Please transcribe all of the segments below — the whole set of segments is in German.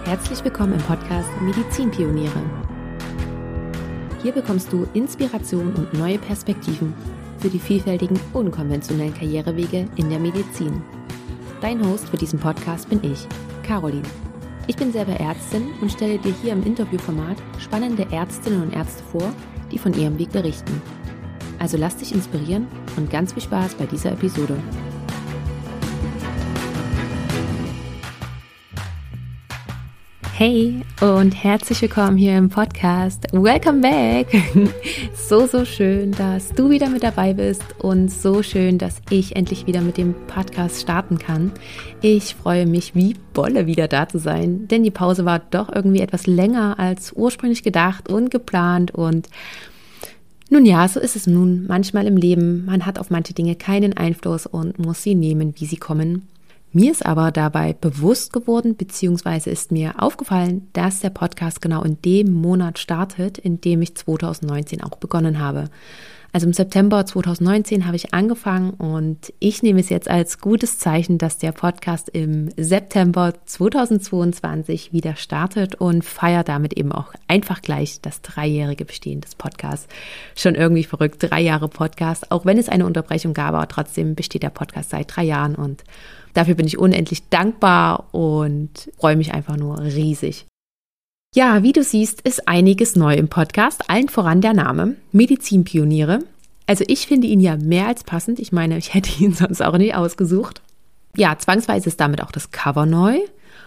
Herzlich willkommen im Podcast Medizinpioniere. Hier bekommst du Inspiration und neue Perspektiven für die vielfältigen, unkonventionellen Karrierewege in der Medizin. Dein Host für diesen Podcast bin ich, Caroline. Ich bin selber Ärztin und stelle dir hier im Interviewformat spannende Ärztinnen und Ärzte vor, die von ihrem Weg berichten. Also lass dich inspirieren und ganz viel Spaß bei dieser Episode. Hey und herzlich willkommen hier im Podcast. Welcome back! So schön, dass du wieder mit dabei bist und so schön, dass ich endlich wieder mit dem Podcast starten kann. Ich freue mich wie Bolle wieder da zu sein, denn die Pause war doch irgendwie etwas länger als ursprünglich gedacht und geplant und nun ja, so ist es nun manchmal im Leben. Man hat auf manche Dinge keinen Einfluss und muss sie nehmen, wie sie kommen. Mir ist aber dabei bewusst geworden, beziehungsweise ist mir aufgefallen, dass der Podcast genau in dem Monat startet, in dem ich 2019 auch begonnen habe. Also im September 2019 habe ich angefangen und ich nehme es jetzt als gutes Zeichen, dass der Podcast im September 2022 wieder startet und feiere damit eben auch einfach gleich das 3-jährige Bestehen des Podcasts. Schon irgendwie verrückt, 3 Jahre Podcast, auch wenn es eine Unterbrechung gab, aber trotzdem besteht der Podcast seit 3 Jahren und dafür bin ich unendlich dankbar und freue mich einfach nur riesig. Ja, wie du siehst, ist einiges neu im Podcast, allen voran der Name, Medizinpioniere. Also ich finde ihn ja mehr als passend. Ich meine, ich hätte ihn sonst auch nicht ausgesucht. Ja, zwangsweise ist damit auch das Cover neu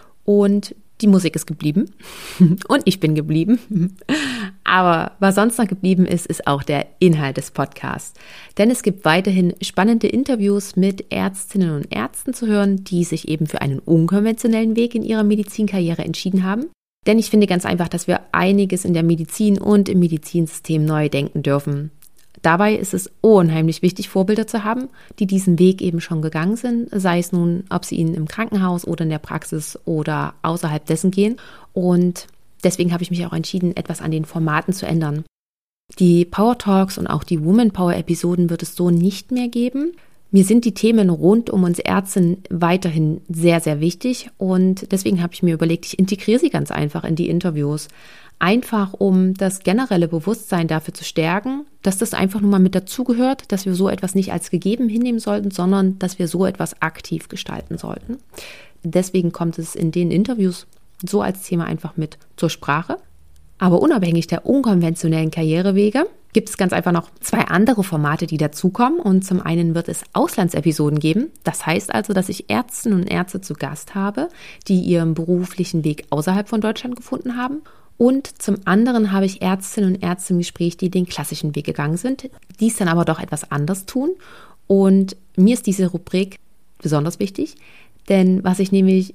und die Musik ist geblieben und ich bin geblieben. Aber was sonst noch geblieben ist, ist auch der Inhalt des Podcasts. Denn es gibt weiterhin spannende Interviews mit Ärztinnen und Ärzten zu hören, die sich eben für einen unkonventionellen Weg in ihrer Medizinkarriere entschieden haben. Denn ich finde ganz einfach, dass wir einiges in der Medizin und im Medizinsystem neu denken dürfen. Dabei ist es unheimlich wichtig, Vorbilder zu haben, die diesen Weg eben schon gegangen sind, sei es nun, ob sie ihn im Krankenhaus oder in der Praxis oder außerhalb dessen gehen. Und deswegen habe ich mich auch entschieden, etwas an den Formaten zu ändern. Die Power Talks und auch die Woman Power Episoden wird es so nicht mehr geben. Mir sind die Themen rund um uns Ärzte weiterhin sehr, sehr wichtig und deswegen habe ich mir überlegt, ich integriere sie ganz einfach in die Interviews. Einfach, um das generelle Bewusstsein dafür zu stärken, dass das einfach nur mal mit dazugehört, dass wir so etwas nicht als gegeben hinnehmen sollten, sondern dass wir so etwas aktiv gestalten sollten. Deswegen kommt es in den Interviews so als Thema einfach mit zur Sprache. Aber unabhängig der unkonventionellen Karrierewege gibt es ganz einfach noch 2 andere Formate, die dazukommen. Und zum einen wird es Auslandsepisoden geben. Das heißt also, dass ich Ärztinnen und Ärzte zu Gast habe, die ihren beruflichen Weg außerhalb von Deutschland gefunden haben. Und zum anderen habe ich Ärztinnen und Ärzte im Gespräch, die den klassischen Weg gegangen sind, dies dann aber doch etwas anders tun. Und mir ist diese Rubrik besonders wichtig. Denn was ich nämlich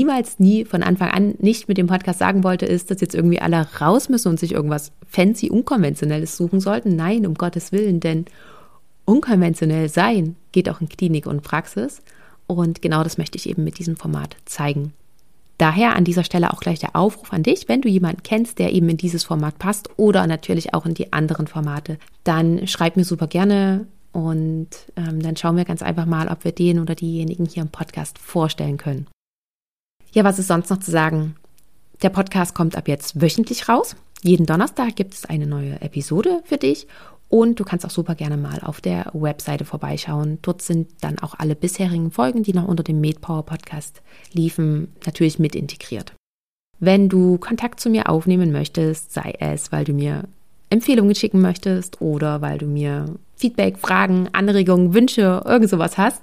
nie von Anfang an nicht mit dem Podcast sagen wollte, ist, dass jetzt irgendwie alle raus müssen und sich irgendwas fancy, unkonventionelles suchen sollten. Nein, um Gottes Willen, denn unkonventionell sein geht auch in Klinik und Praxis. Und genau das möchte ich eben mit diesem Format zeigen. Daher an dieser Stelle auch gleich der Aufruf an dich, wenn du jemanden kennst, der eben in dieses Format passt oder natürlich auch in die anderen Formate, dann schreib mir super gerne. Und dann schauen wir ganz einfach mal, ob wir den oder diejenigen hier im Podcast vorstellen können. Ja, was ist sonst noch zu sagen? Der Podcast kommt ab jetzt wöchentlich raus. Jeden Donnerstag gibt es eine neue Episode für dich. Und du kannst auch super gerne mal auf der Webseite vorbeischauen. Dort sind dann auch alle bisherigen Folgen, die noch unter dem MedPower Podcast liefen, natürlich mit integriert. Wenn du Kontakt zu mir aufnehmen möchtest, sei es, weil du mir Empfehlungen schicken möchtest oder weil du mir Feedback, Fragen, Anregungen, Wünsche, irgend sowas hast,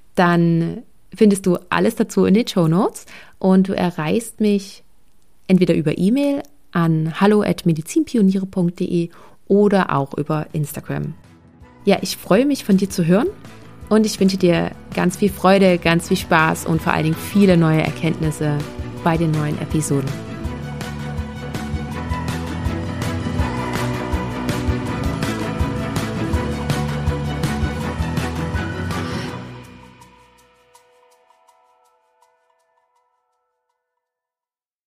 dann findest du alles dazu in den Shownotes und du erreichst mich entweder über E-Mail an hallo@medizinpioniere.de oder auch über Instagram. Ja, ich freue mich, von dir zu hören und ich wünsche dir ganz viel Freude, ganz viel Spaß und vor allen Dingen viele neue Erkenntnisse bei den neuen Episoden.